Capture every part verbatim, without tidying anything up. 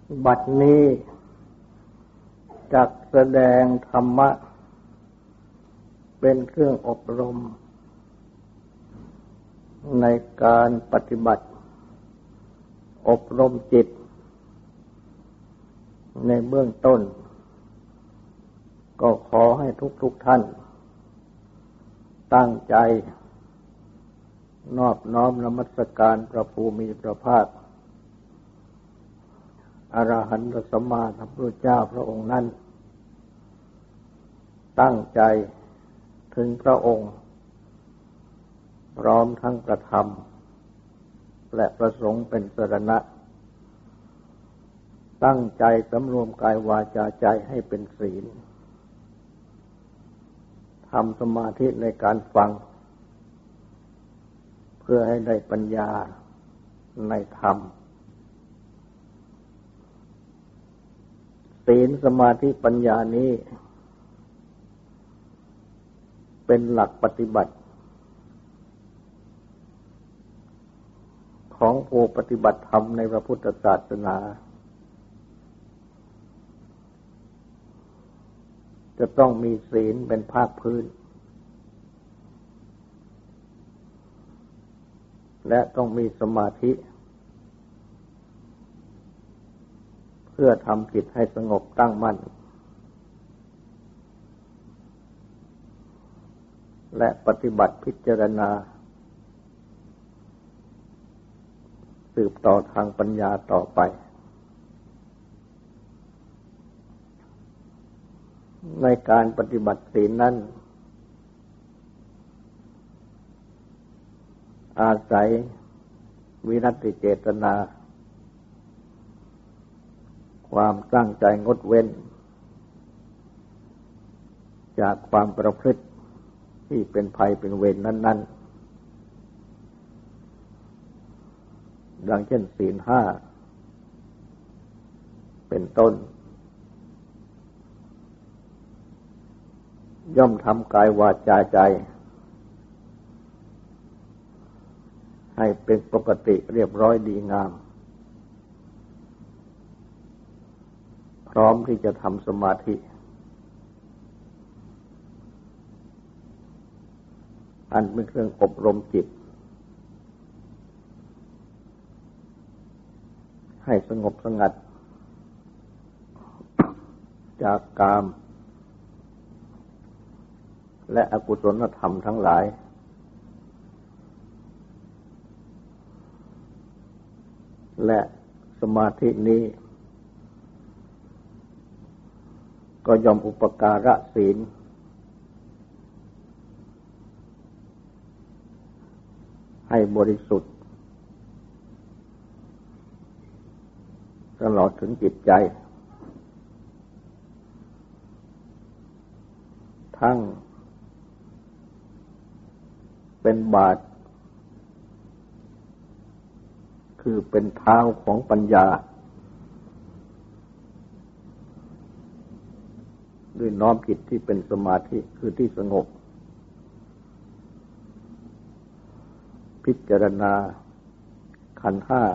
บัดนี้จักแสดงธรรมะเป็นเครื่องอบรมในการปฏิบัติอบรมจิตในเบื้องต้นก็ขอให้ทุกๆท่านตั้งใจนอบน้อมนมัสการพระภูมิพระภาคอรหันตสัมมาสัมพุทธเจ้าพระองค์นั้นตั้งใจถึงพระองค์พร้อมทั้งประธรรมและประสงค์เป็นสรณะตั้งใจสำรวมกายวาจาใจให้เป็นศีลทำสมาธิในการฟังเพื่อให้ได้ปัญญาในธรรมศีลสมาธิปัญญานี้เป็นหลักปฏิบัติของผู้ปฏิบัติธรรมในพระพุทธศาสนาจะต้องมีศีลเป็นภาคพื้นและต้องมีสมาธิเพื่อทำจิตให้สงบตั้งมั่นและปฏิบัติพิจารณาสืบต่อทางปัญญาต่อไปในการปฏิบัติศีลนั้นอาศัยวิรัติเจตนาความตั้งใจงดเว้นจากความประพฤติที่เป็นภัยเป็นเวร นั้นๆดังเช่นศีลห้าเป็นต้นย่อมทำกายวาจาใจให้เป็นปกติเรียบร้อยดีงามพร้อมที่จะทำสมาธิอันเป็นเครื่องอบรมจิตให้สงบสงัดจากกามและอกุศลธรรมทั้งหลายและสมาธินี้ก็ย่อมอุปการะศีลให้บริสุทธิ์ตลอดถึงจิตใจทั้งเป็นบาทคือเป็นเท้าของปัญญาด้วยน้อมจิตที่เป็นสมาธิคือที่สงบพิจารณาขันธ์ห้า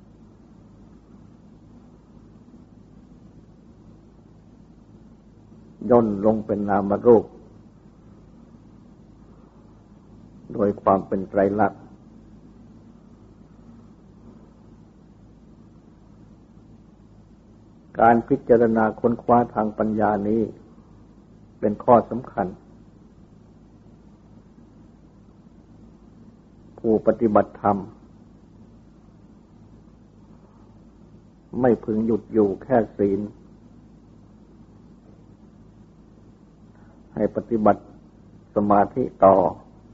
ย่นลงเป็นนามรูปโดยความเป็นไตรลักษณ์การพิจารณาค้นคว้าทางปัญญานี้เป็นข้อสำคัญผู้ปฏิบัติธรรมไม่พึงหยุดอยู่แค่ศีลให้ปฏิบัติสมาธิต่อ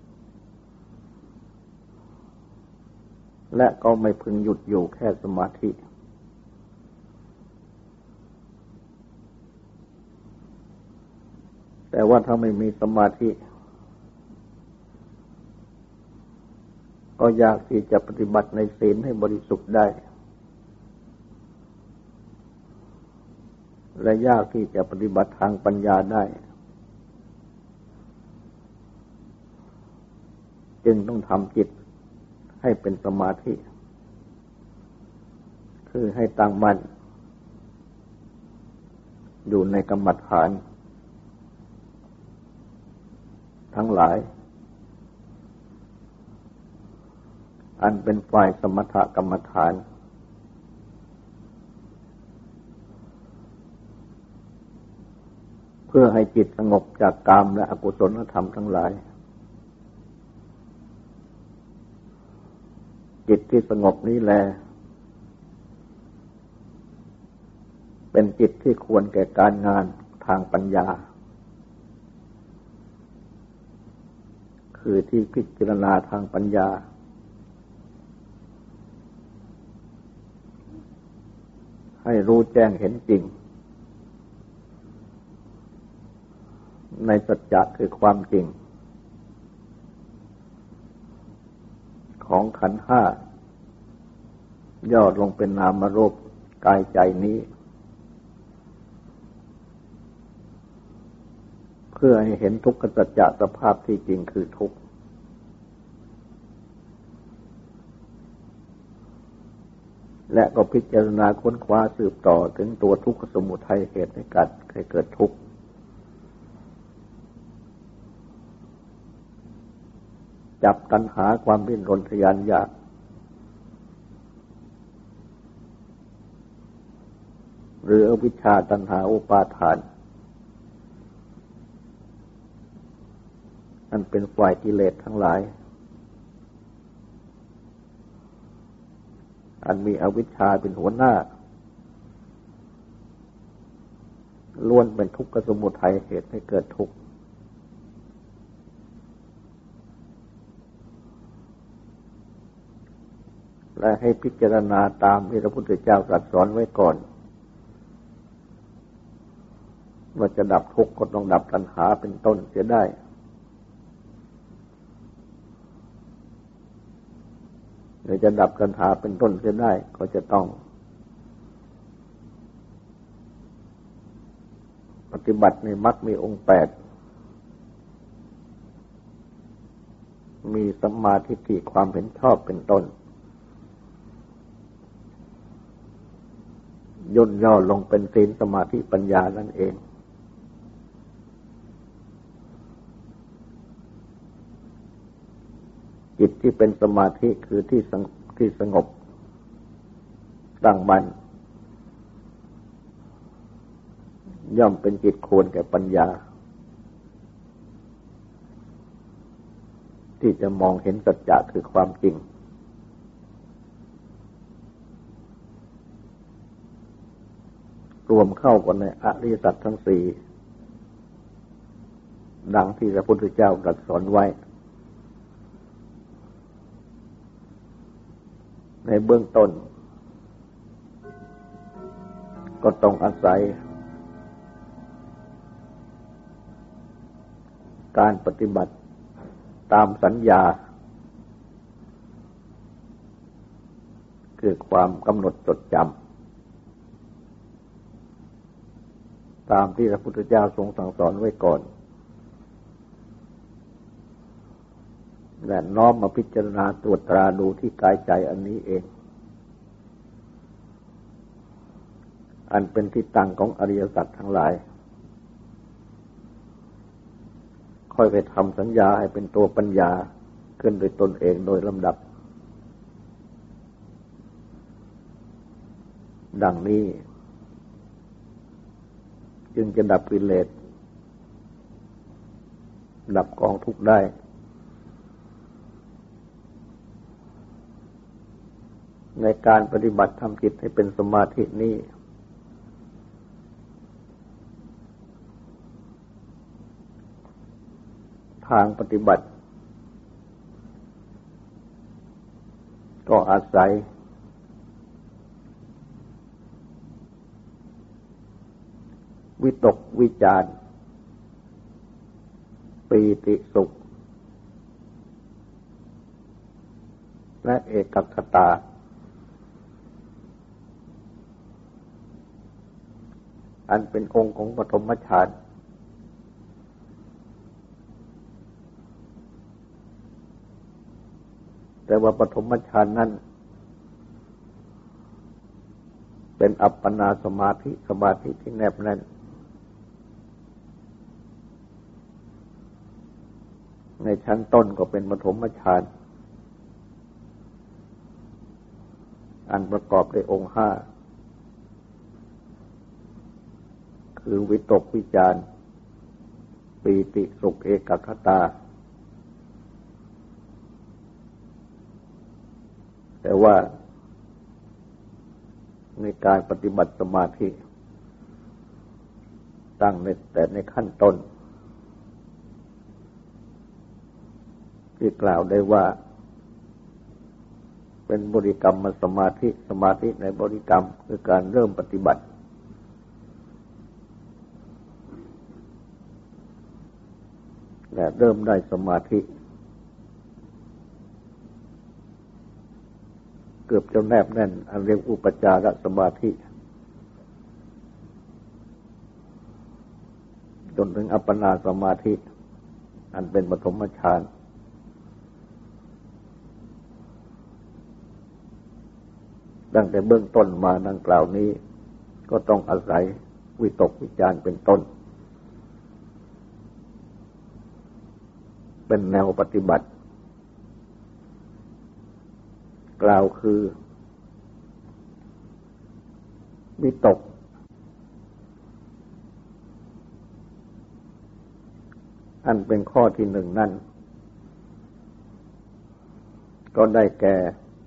และก็ไม่พึงหยุดอยู่แค่สมาธิแต่ว่าถ้าไม่มีสมาธิก็ยากที่จะปฏิบัติในศีลให้บริสุทธิ์ได้และยากที่จะปฏิบัติทางปัญญาได้จึงต้องทำจิตให้เป็นสมาธิคือให้ตั้งมั่นอยู่ในกรรมฐานทั้งหลายอันเป็นฝ่ายสมถกรรมฐานเพื่อให้จิตสงบจากกามและอกุศลธรรมทั้งหลายจิตที่สงบนี้แลเป็นจิตที่ควรแก่การงานทางปัญญาคือที่พิจารณาทางปัญญาให้รู้แจ้งเห็นจริงในสัจจะคือความจริงของขันธ์ห้าย่อลงเป็นนามรูปกายใจนี้เพื่อให้เห็นทุกขสัจจะสภาพที่จริงคือทุกข์และก็พิจารณาค้นคว้าสืบต่อถึงตัวทุกขสมุทัยเหตุให้เกิดให้เกิดทุกข์จับตัณหาความดิ้นรนทยานอยากหรืออวิชชาตัณหาอุปาทานอันเป็นฝ่ายกิเลสทั้งหลายอันมีอวิชชาเป็นหัวหน้าล้วนเป็นทุกขสมุทัยเหตุให้เกิดทุกข์และให้พิจารณาตามที่พระพุทธเจ้าตรัสสอนไว้ก่อนว่าจะดับทุกข์ก็ต้องดับตัณหาเป็นต้นเสียได้หรือจะดับตัณหาเป็นต้นเสียได้ก็จะต้องปฏิบัติในมรรคมีองค์แปดมีสัมมาทิฏฐิความเห็นชอบเป็นต้นย่นย่อลงเป็นศีลสมาธิปัญญานั่นเองจิตที่เป็นสมาธิคือที่ที่สงบตั้งมั่นย่อมเป็นจิตควรแก่ปัญญาที่จะมองเห็นสัจจะคือความจริงรวมเข้ากันในอริยสัจทั้งสี่ดังที่พระพุทธเจ้าตรัสสอนไว้ในเบื้องต้นก็ต้องอาศัยการปฏิบัติตามสัญญาคือความกำหนดจดจำตามที่พระพุทธเจ้าทรงสั่งสอนไว้ก่อนและน้อมมาพิจารณาตรวจตราดูที่กายใจอันนี้เองอันเป็นที่ตั้งของอริยสัจทั้งหลายค่อยไปทำสัญญาให้เป็นตัวปัญญาขึ้นโดยตนเองโดยลำดับดังนี้จึงจะดับกิเลสดับกองทุกข์ได้ในการปฏิบัติทำจิตให้เป็นสมาธินี้ทางปฏิบัติก็อาศัยวิตกวิจารปีติสุขและเอกคตาอันเป็นองค์ของปฐมฌานแต่ว่าปฐมฌานนั้นเป็นอัปปนาสมาธิสมาธิที่แนบแน่นในชั้นต้นก็เป็นปฐมฌานอันประกอบด้วยองค์ห้าคือวิตกวิจารปีติสุขเอกคตาแต่ว่าในการปฏิบัติสมาธิตั้งในแต่ในขั้นต้นที่กล่าวได้ว่าเป็นบริกรรมสมาธิสมาธิในบริกรรมคือการเริ่มปฏิบัติและเริ่มได้สมาธิเกือบจะแนบแน่นอันเรียกอุปจารสมาธิจนถึงอัปปนาสมาธิอันเป็นปฐมฌานตั้งแต่เบื้องต้นมาดังกล่าวนี้ก็ต้องอาศัยวิตกวิจารเป็นต้นเป็นแนวปฏิบัติกล่าวคือวิตกอันเป็นข้อที่หนึ่งนั่นก็ได้แก่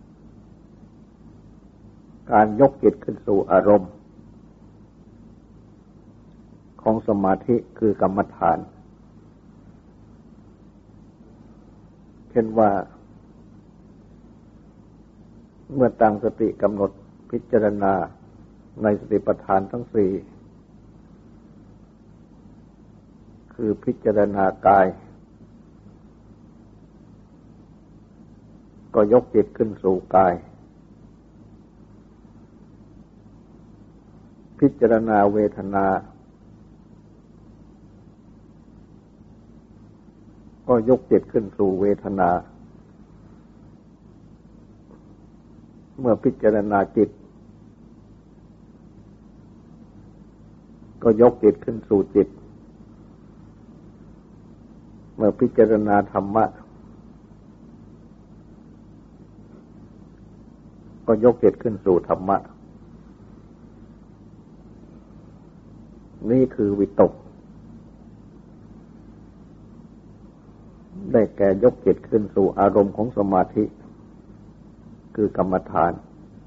การยกจิตขึ้นสู่อารมณ์ของสมาธิคือกรรมฐานเช่นว่าเมื่อตั้งสติกำหนดพิจารณาในสติปัฏฐานทั้งสี่คือพิจารณากายก็ยกจิตขึ้นสู่กายพิจารณาเวทนาก็ยกจิตขึ้นสู่เวทนาเมื่อพิจารณาจิตก็ยกจิตขึ้นสู่จิตเมื่อพิจารณาธรรมะก็ยกจิตขึ้นสู่ธรรมะนี่คือวิตกได้แก่ยกจิตขึ้นสู่อารมณ์ของสมาธิคือกรรมฐาน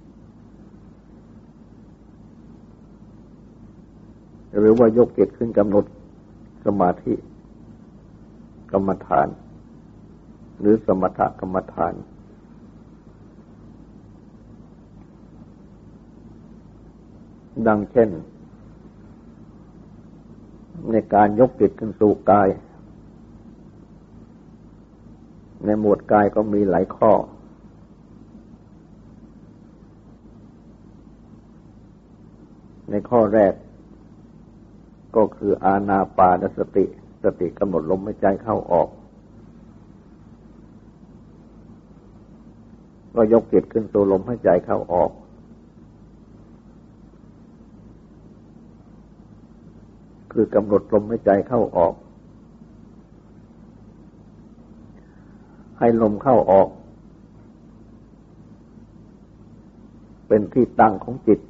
หรือว่ายกจิตขึ้นกำหนดสมาธิกรรมฐานหรือสมถกรรมฐานดังเช่นในการยกจิตขึ้นสู่กายในหมวดกายก็มีหลายข้อในข้อแรกก็คืออานาปานสติสติกำหนดลมหายใจเข้าออกก็ยกจิตขึ้นสู่ลมหายใจเข้าออกคือกำหนดลมหายใจเข้าออกให้ลมเข้าออกเป็นที่ตั้งของจิต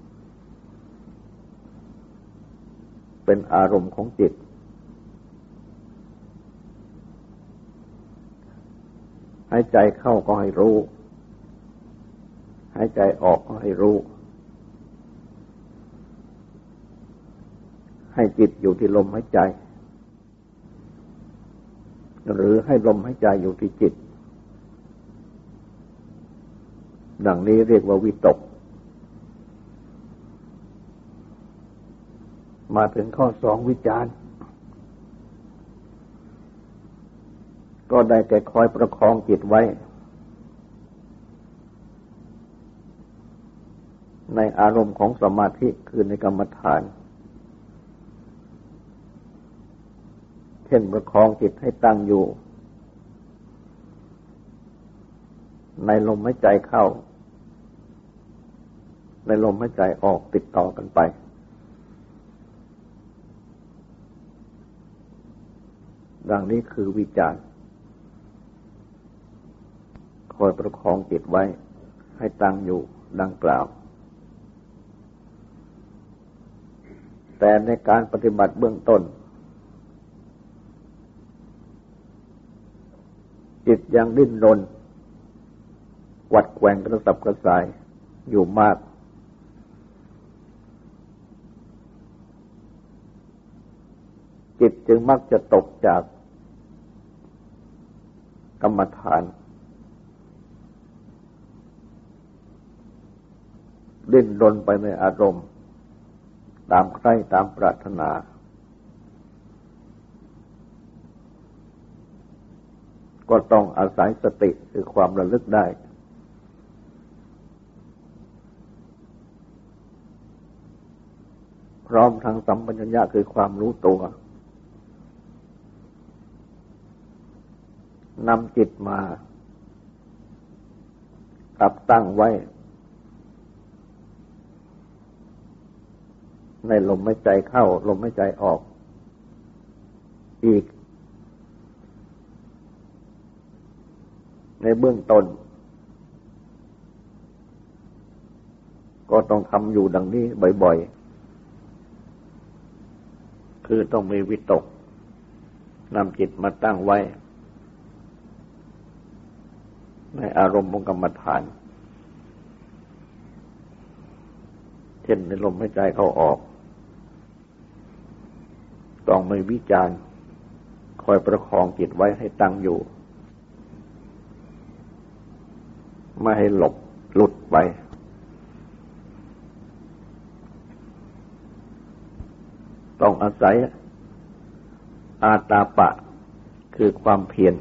เป็นอารมณ์ของจิตหายใจเข้าก็ให้รู้หายใจออกก็ให้รู้ให้จิตอยู่ที่ลมหายใจหรือให้ลมหายใจอยู่ที่จิตดังนี้เรียกว่าวิตกมาถึงข้อสองวิจารณ์ก็ได้แก่คอยประคองจิตไว้ในอารมณ์ของสมาธิคือในกรรมฐานเช่นประคองจิตให้ตั้งอยู่ในลมหายใจเข้าในลมหายใจออกติดต่อกันไปดังนี้คือวิจารณ์อยประคองจิตไว้ให้ตั้งอยู่ดังกล่าวแต่ในการปฏิบัติเบื้องต้นจิตยังดิ้นรนหวัดแกว่งกระสับกระส่ายอยู่มากจิตจึงมักจะตกจากกรรมฐานดิ้นรนไปในอารมณ์ตามใคร่ตามปรารถนาก็ต้องอาศัยสติคือความระลึกได้พร้อมทั้งสัมปชัญญะคือความรู้ตัวนำจิตมาจับตั้งไว้ในลมหายใจเข้าลมหายใจออกอีกในเบื้องต้นก็ต้องทำอยู่ดังนี้บ่อยๆคือต้องมีวิตกนำจิตมาตั้งไว้ในอารมณ์ของกรรมฐานเช่นในลมหายใจเข้าออกต้องไม่วิจารณ์คอยประคองจิตไว้ให้ตั้งอยู่ไม่ให้หลบหลุดไปต้องอาศัยอาตาปะคือความเพียร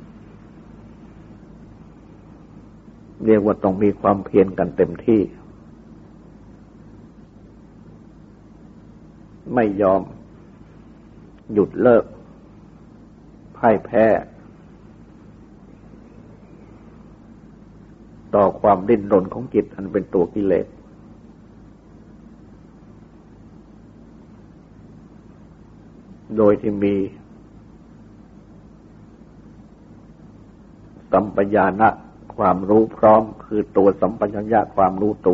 เรียกว่าต้องมีความเพียรกันเต็มที่ไม่ยอมหยุดเลิกพ่ายแพ้ต่อความดิ้นรนของจิตอันเป็นตัวกิเลสโดยที่มีสัมปญานะความรู้พร้อมคือตัวสัมปชัญญะความรู้ตัว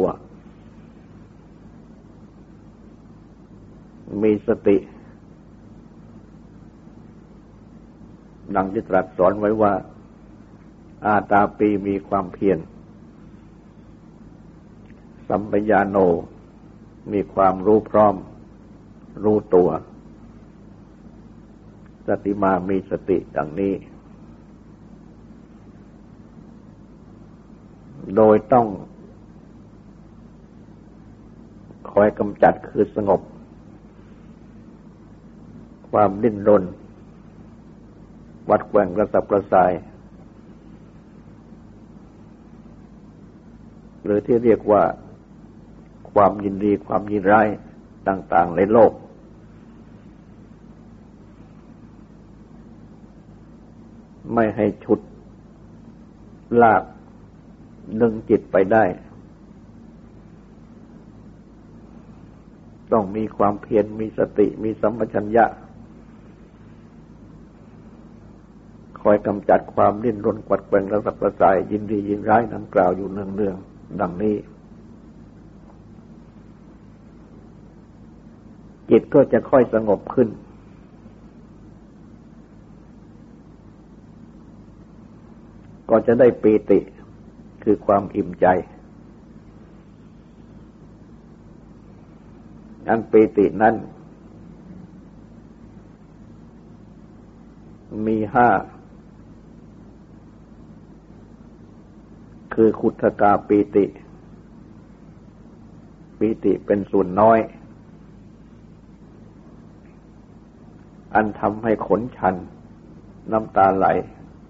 มีสติดังที่ตรัสสอนไว้ว่าอาตาปีมีความเพียรสัมปญาโนมีความรู้พร้อมรู้ตัวสติมามีสติดังนี้โดยต้องคอยกำจัดคือสงบความดิ้นรนหวัดแกว่งกระสับกระส่ายหรือที่เรียกว่าความยินดีความยินร้ายต่างๆในโลกไม่ให้ฉุดลากดึงจิตไปได้ต้องมีความเพียรมีสติมีสัมปชัญญะคอยกำจัดความดิ้นรนกวัดแกว่งกระสับกระส่ายยินดียินร้ายดังกล่าวอยู่เนืองๆดังนี้จิตก็จะค่อยสงบขึ้นก็จะได้ปีติคือความอิ่มใจอันปีตินั้นมีห้าคือขุทธกาปีติปีติเป็นส่วนน้อยอันทำให้ขนชันน้ำตาไหล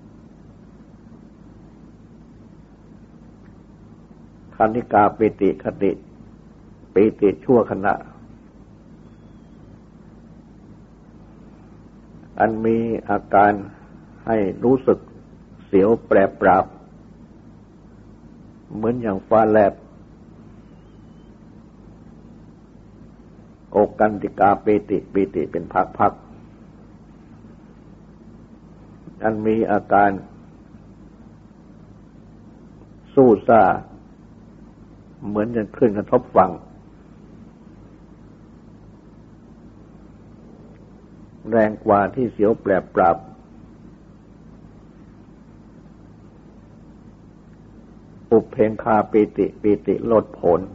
คณิกาปิติคติปิติชั่วขณะอันมีอาการให้รู้สึกเสียวแปรปราบเหมือนอย่างฟ้าแลบอกกันติกาปิติปิติเป็นพักๆอันมีอาการสู้ซ่าเหมือนอย่างคลื่นกระทบฝั่งแรงกว่าที่เสียวแปรปราบอุเพงคาปิติปิติโลดโผน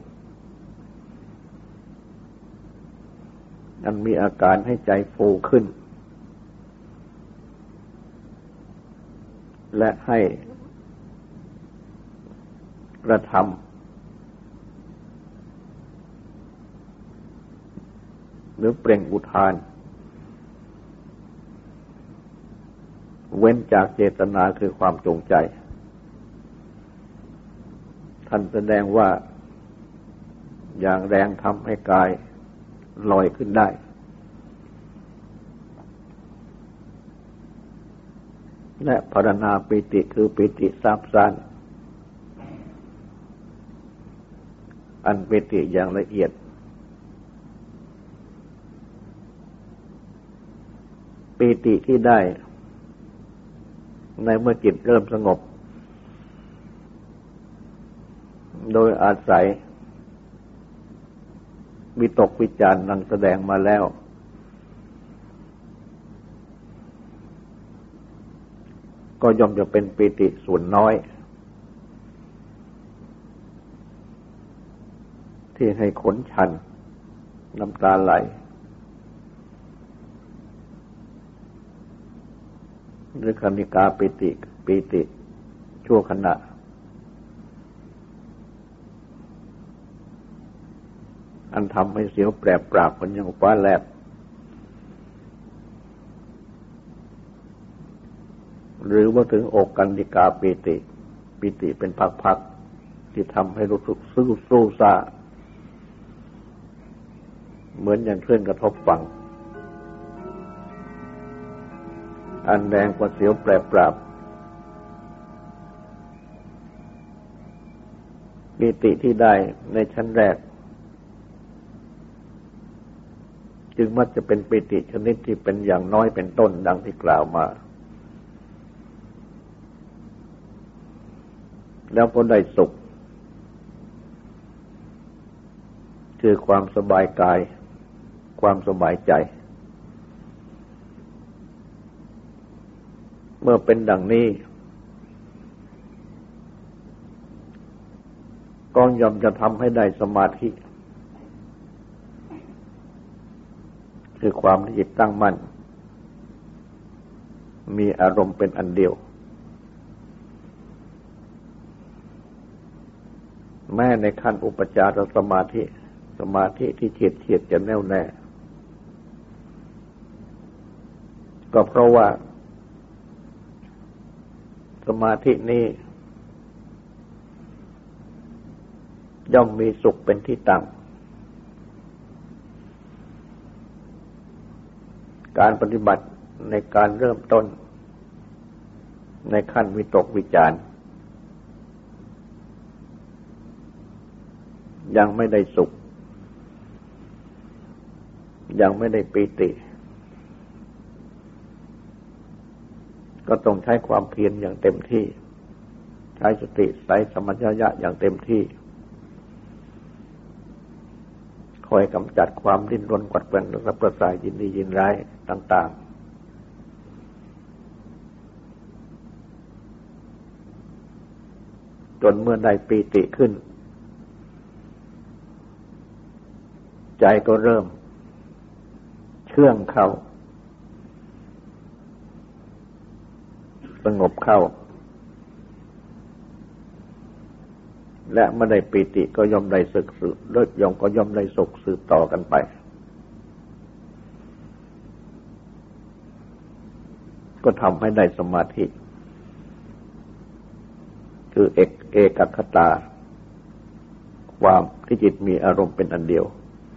อันมีอาการให้ใจฟูขึ้นและให้กระทำหรือเปล่งอุทานเว้นจากเจตนาคือความจงใจท่านแสดงว่าอย่างแรงทำให้กายลอยขึ้นได้และภารณาปิติคือปิติซาบซ่านอันปิติอย่างละเอียดปิติที่ได้ในเมื่อจิตเริ่มสงบโดยอาศัยวิตกวิจารณ์ดังแสดงมาแล้วก็ย่อมจะเป็นปิติส่วนน้อยที่ให้ขนชันน้ำตาไหลหรือคณิกาปิติปิติชั่วขณะอันทำให้เสียวแปรปราบมันอย่างฟ้าแลบหรือว่าถึงอกกันดิกาปิติปิติเป็นพักๆที่ทำให้รู้สึกสู้สู้ซ่าเหมือนอย่างคลื่นกระทบฝั่งอันแรงกว่าเสียวแปรปราบปิติที่ได้ในชั้นแรกจึงมักจะเป็นปิติชนิดที่เป็นอย่างน้อยเป็นต้นดังที่กล่าวมาแล้วก็ได้สุขคือความสบายกายความสบายใจเมื่อเป็นดังนี้ก็ย่อมจะทำให้ได้สมาธิคือความที่จิตตั้งมั่นมีอารมณ์เป็นอันเดียวแม้ในขั้นอุปจารสมาธิสมาธิที่เฉียดเฉียดจะแน่วแน่ก็เพราะว่าสมาธินี้ย่อมมีสุขเป็นที่ตั้งการปฏิบัติในการเริ่มต้นในขั้นวิตกวิจารณ์ยังไม่ได้สุขยังไม่ได้ปิติก็ต้องใช้ความเพียรอย่างเต็มที่ใช้สติใช้สัมปชัญญะอย่างเต็มที่คอยกำจัดความดิ้นรนกวัดแกว่งระประสายยินดียินร้ายต่างๆจนเมื่อได้ปีติขึ้นใจก็เริ่มเชื่องเข้าสงบเข้าและเมื่อได้ปีติก็ย่อมได้สุขสืบเลิศย่อมก็ย่อมได้สุขสืบต่อกันไปก็ทำให้ได้สมาธิคือเอกเอกคตาความที่จิตมีอารมณ์เป็นอันเดียว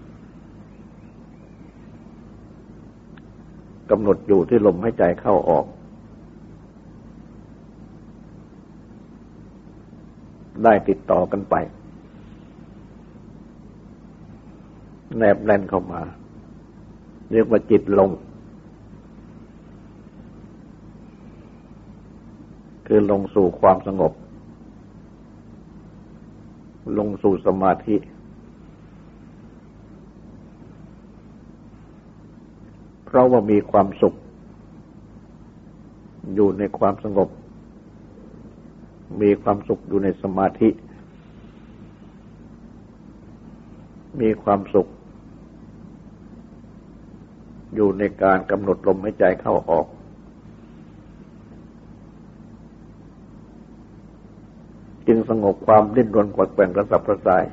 กำหนดอยู่ที่ลมหายใจเข้าออกได้ติดต่อกันไปแนบแน่นเข้ามาเรียกว่าจิตลงคือลงสู่ความสงบลงสู่สมาธิเพราะว่ามีความสุขอยู่ในความสงบมีความสุขอยู่ในสมาธิมีความสุขอยู่ในการกำหนดลมหายใจเข้าออกจึงสงบความดิ้นรนกวัดแกว่งกระสับกระส่าย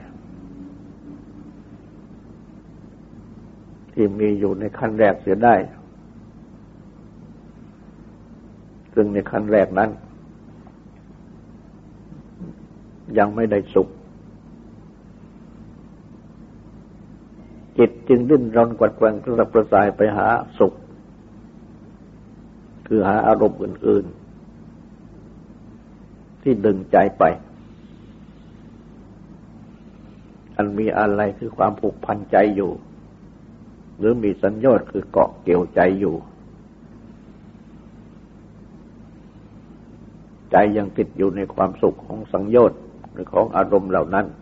ที่มีอยู่ในขั้นแรกเสียได้ซึ่งในขั้นแรกนั้นยังไม่ได้สุขจิตจึงดิ้นรนกวัดแกว่งกระสับกระส่ายไปหาสุขคือหาอารมณ์อื่นๆที่ดึงใจไปอันมีอะไรคือความผูกพันใจอยู่หรือมีสัญญาคือเกาะเกี่ยวใจอยู่ใจยังติดอยู่ในความสุขของสัญญาหรือของอารมณ์เหล่านั้น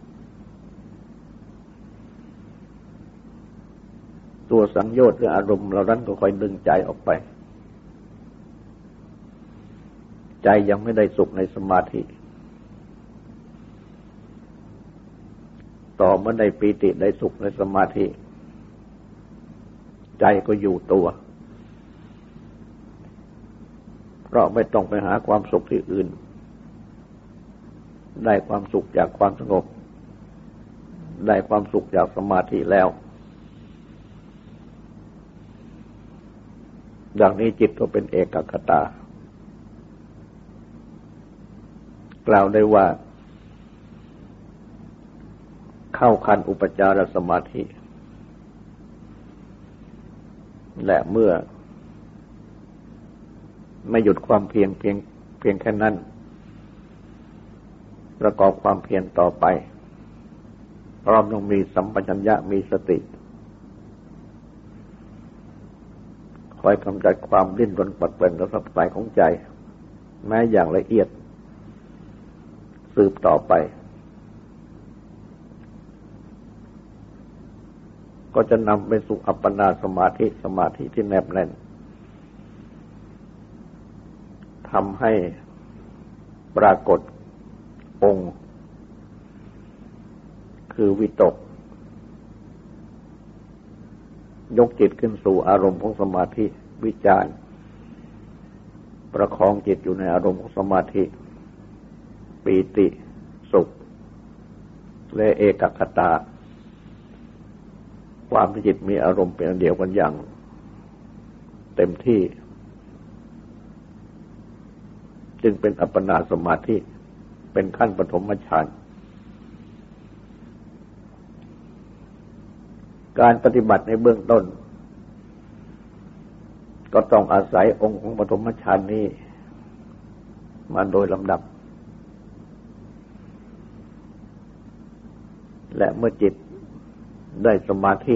ตัวสัญญาหรืออารมณ์เหล่านั้นก็ค่อยดึงใจออกไปใจยังไม่ได้สุขในสมาธิต่อเมื่อได้ปีติได้สุขในสมาธิใจก็อยู่ตัวเพราะไม่ต้องไปหาความสุขที่อื่นได้ความสุขจากความสงบได้ความสุขจากสมาธิแล้วดังนี้จิตก็เป็นเอกคตากล่าวได้ว่าเข้าขั้นอุปจารสมาธิและเมื่อไม่หยุดความเพียรเพียงเพียงแค่นั้นประกอบความเพียรต่อไปพร้อมต้องมีสัมปชัญญะมีสติคอยกำจัดความดิ้นรนปัดเป่งกระสับกระส่ายของใจแม้อย่างละเอียดสืบต่อไปก็จะนำไปสู่อัปปนาสมาธิสมาธิที่แนบแน่นทำให้ปรากฏองค์คือวิตกยกจิตขึ้นสู่อารมณ์ของสมาธิวิจารประคองจิตอยู่ในอารมณ์ของสมาธิปีติสุขและเอกคตาความที่จิตมีอารมณ์เป็นอันเดียวกันอย่างเต็มที่จึงเป็นอัปปนาสมาธิเป็นขั้นปฐมฌานการปฏิบัติในเบื้องต้นก็ต้องอาศัยองค์ของปฐมฌานนี้มาโดยลำดับและเมื่อจิตได้สมาธิ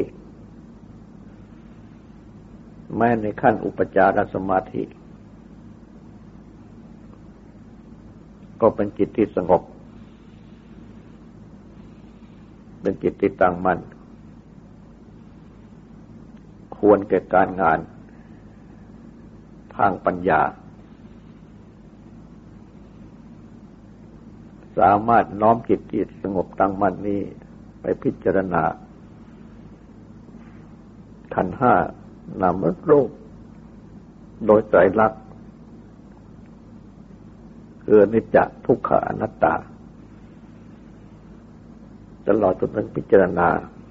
แม้ในขั้นอุปจารสมาธิก็เป็นจิตที่สงบเป็นจิตที่ตั้งมั่นควรแก่การงานทางปัญญาสามารถน้อมจิตที่สงบตั้งมั่นนี้ไปพิจารณาขันธ์ห้านามรูปโดยไตรลักษณ์คืออนิจจทุกขังอนัตตาตลอดจนถึงพิจารณา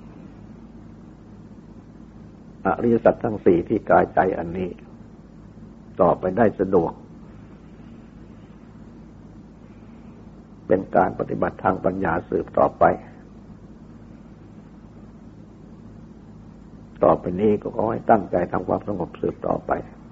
อริยสัจทั้งสี่ที่กายใจอันนี้ต่อไปได้สะดวกเป็นการปฏิบัติทางปัญญาสืบต่อไปต่อไปนี้ก็ขอให้ตั้งใจทำความสงบสืบต่อไป